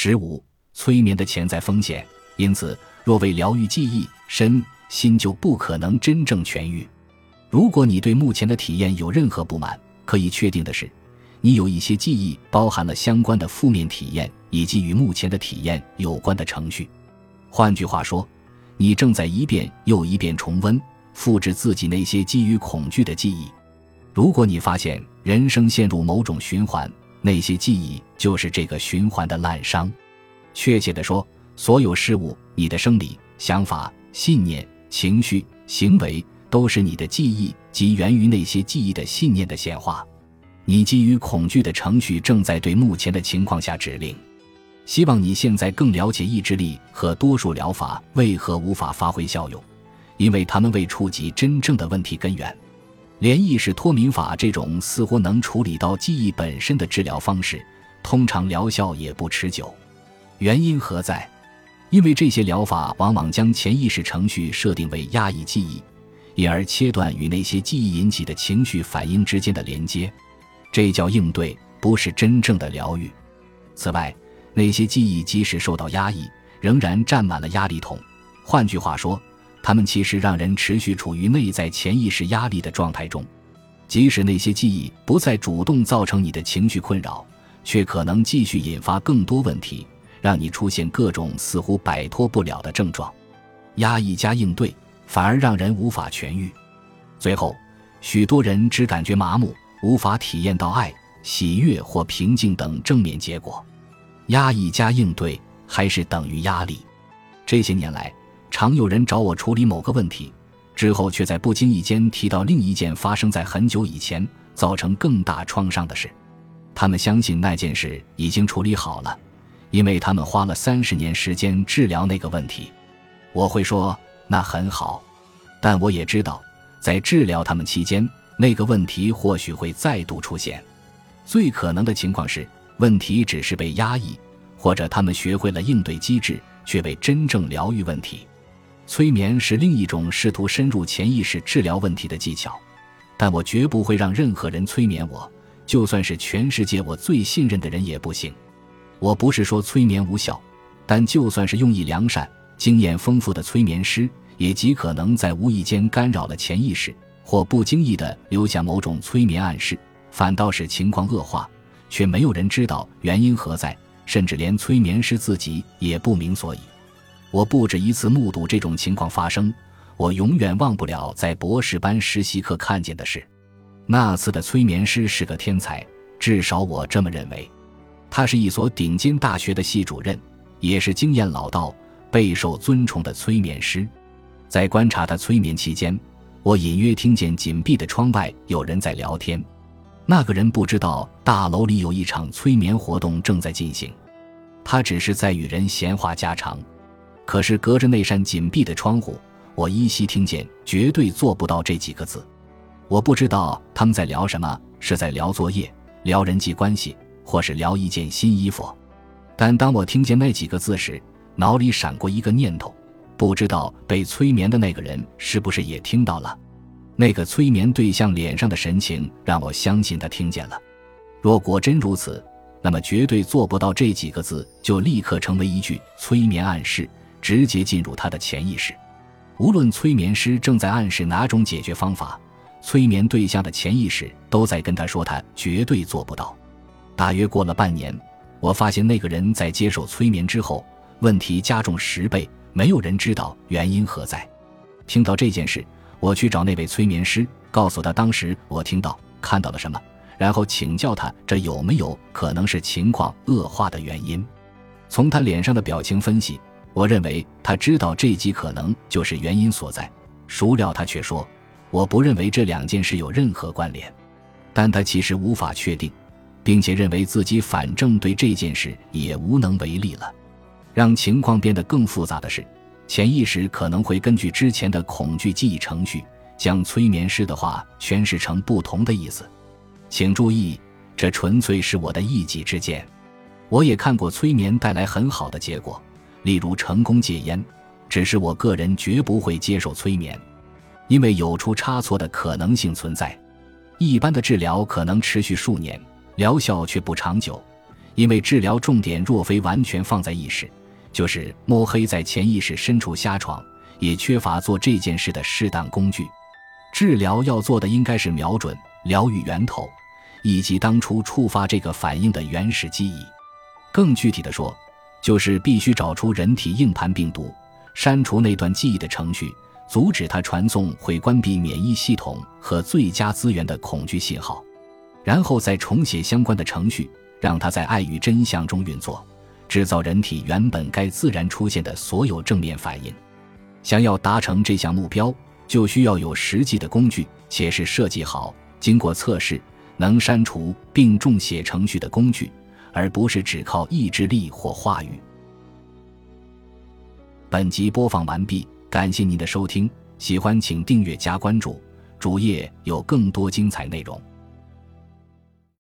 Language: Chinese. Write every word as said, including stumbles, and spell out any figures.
十五、催眠的潜在风险。因此，若未疗愈记忆，身心就不可能真正痊愈。如果你对目前的体验有任何不满，可以确定的是，你有一些记忆包含了相关的负面体验以及与目前的体验有关的程序。换句话说，你正在一遍又一遍重温、复制自己那些基于恐惧的记忆。如果你发现人生陷入某种循环，那些记忆就是这个循环的滥觞。确切地说，所有事物，你的生理、想法、信念、情绪、行为，都是你的记忆及源于那些记忆的信念的显化。你基于恐惧的程序正在对目前的情况下指令。希望你现在更了解意志力和多数疗法为何无法发挥效用，因为它们未触及真正的问题根源。连意识脱敏法这种似乎能处理到记忆本身的治疗方式，通常疗效也不持久。原因何在？因为这些疗法往往将潜意识程序设定为压抑记忆，因而切断与那些记忆引起的情绪反应之间的连接。这叫应对，不是真正的疗愈。此外，那些记忆即使受到压抑，仍然占满了压力桶。换句话说，它们其实让人持续处于内在潜意识压力的状态中。即使那些记忆不再主动造成你的情绪困扰，却可能继续引发更多问题，让你出现各种似乎摆脱不了的症状。压抑加应对，反而让人无法痊愈。最后，许多人只感觉麻木，无法体验到爱、喜悦或平静等正面结果。压抑加应对还是等于压力。这些年来，常有人找我处理某个问题，之后却在不经意间提到另一件发生在很久以前，造成更大创伤的事。他们相信那件事已经处理好了，因为他们花了三十年时间治疗那个问题。我会说，那很好，但我也知道，在治疗他们期间，那个问题或许会再度出现。最可能的情况是，问题只是被压抑，或者他们学会了应对机制，却未真正疗愈问题。催眠是另一种试图深入潜意识治疗问题的技巧，但我绝不会让任何人催眠我，就算是全世界我最信任的人也不行。我不是说催眠无效，但就算是用意良善、经验丰富的催眠师，也极可能在无意间干扰了潜意识，或不经意地留下某种催眠暗示，反倒使情况恶化，却没有人知道原因何在，甚至连催眠师自己也不明所以。我不止一次目睹这种情况发生，我永远忘不了在博士班实习课看见的事。那次的催眠师是个天才，至少我这么认为。他是一所顶尖大学的系主任，也是经验老道、备受尊崇的催眠师。在观察他催眠期间，我隐约听见紧闭的窗外有人在聊天。那个人不知道大楼里有一场催眠活动正在进行，他只是在与人闲话家常。可是隔着那扇紧闭的窗户，我依稀听见绝对做不到这几个字。我不知道他们在聊什么，是在聊作业、聊人际关系，或是聊一件新衣服。但当我听见那几个字时，脑里闪过一个念头，不知道被催眠的那个人是不是也听到了。那个催眠对象脸上的神情让我相信他听见了。若果真如此，那么绝对做不到这几个字就立刻成为一句催眠暗示，直接进入他的潜意识。无论催眠师正在暗示哪种解决方法，催眠对象的潜意识都在跟他说他绝对做不到。大约过了半年，我发现那个人在接受催眠之后，问题加重十倍，没有人知道原因何在。听到这件事，我去找那位催眠师，告诉他当时我听到看到了什么，然后请教他这有没有可能是情况恶化的原因。从他脸上的表情分析，我认为他知道这极可能就是原因所在，孰料他却说，我不认为这两件事有任何关联。但他其实无法确定，并且认为自己反正对这件事也无能为力了。让情况变得更复杂的是，潜意识可能会根据之前的恐惧记忆程序，将催眠师的话诠释成不同的意思。请注意，这纯粹是我的一己之见。我也看过催眠带来很好的结果，例如成功戒烟，只是我个人绝不会接受催眠，因为有出差错的可能性存在。一般的治疗可能持续数年，疗效却不长久， 因为治疗重点若非完全放在意识，就是摸黑在潜意识深处瞎闯，也缺乏做这件事的适当工具。治疗要做的应该是瞄准、疗愈源头，以及当初触发这个反应的原始记忆。更具体的说，就是必须找出人体硬盘病毒，删除那段记忆的程序，阻止它传送会关闭免疫系统和最佳资源的恐惧信号，然后再重写相关的程序，让它在爱与真相中运作，制造人体原本该自然出现的所有正面反应。想要达成这项目标，就需要有实际的工具，且是设计好、经过测试、能删除并重写程序的工具，而不是只靠意志力或话语。本集播放完毕，感谢您的收听，喜欢请订阅加关注，主页有更多精彩内容。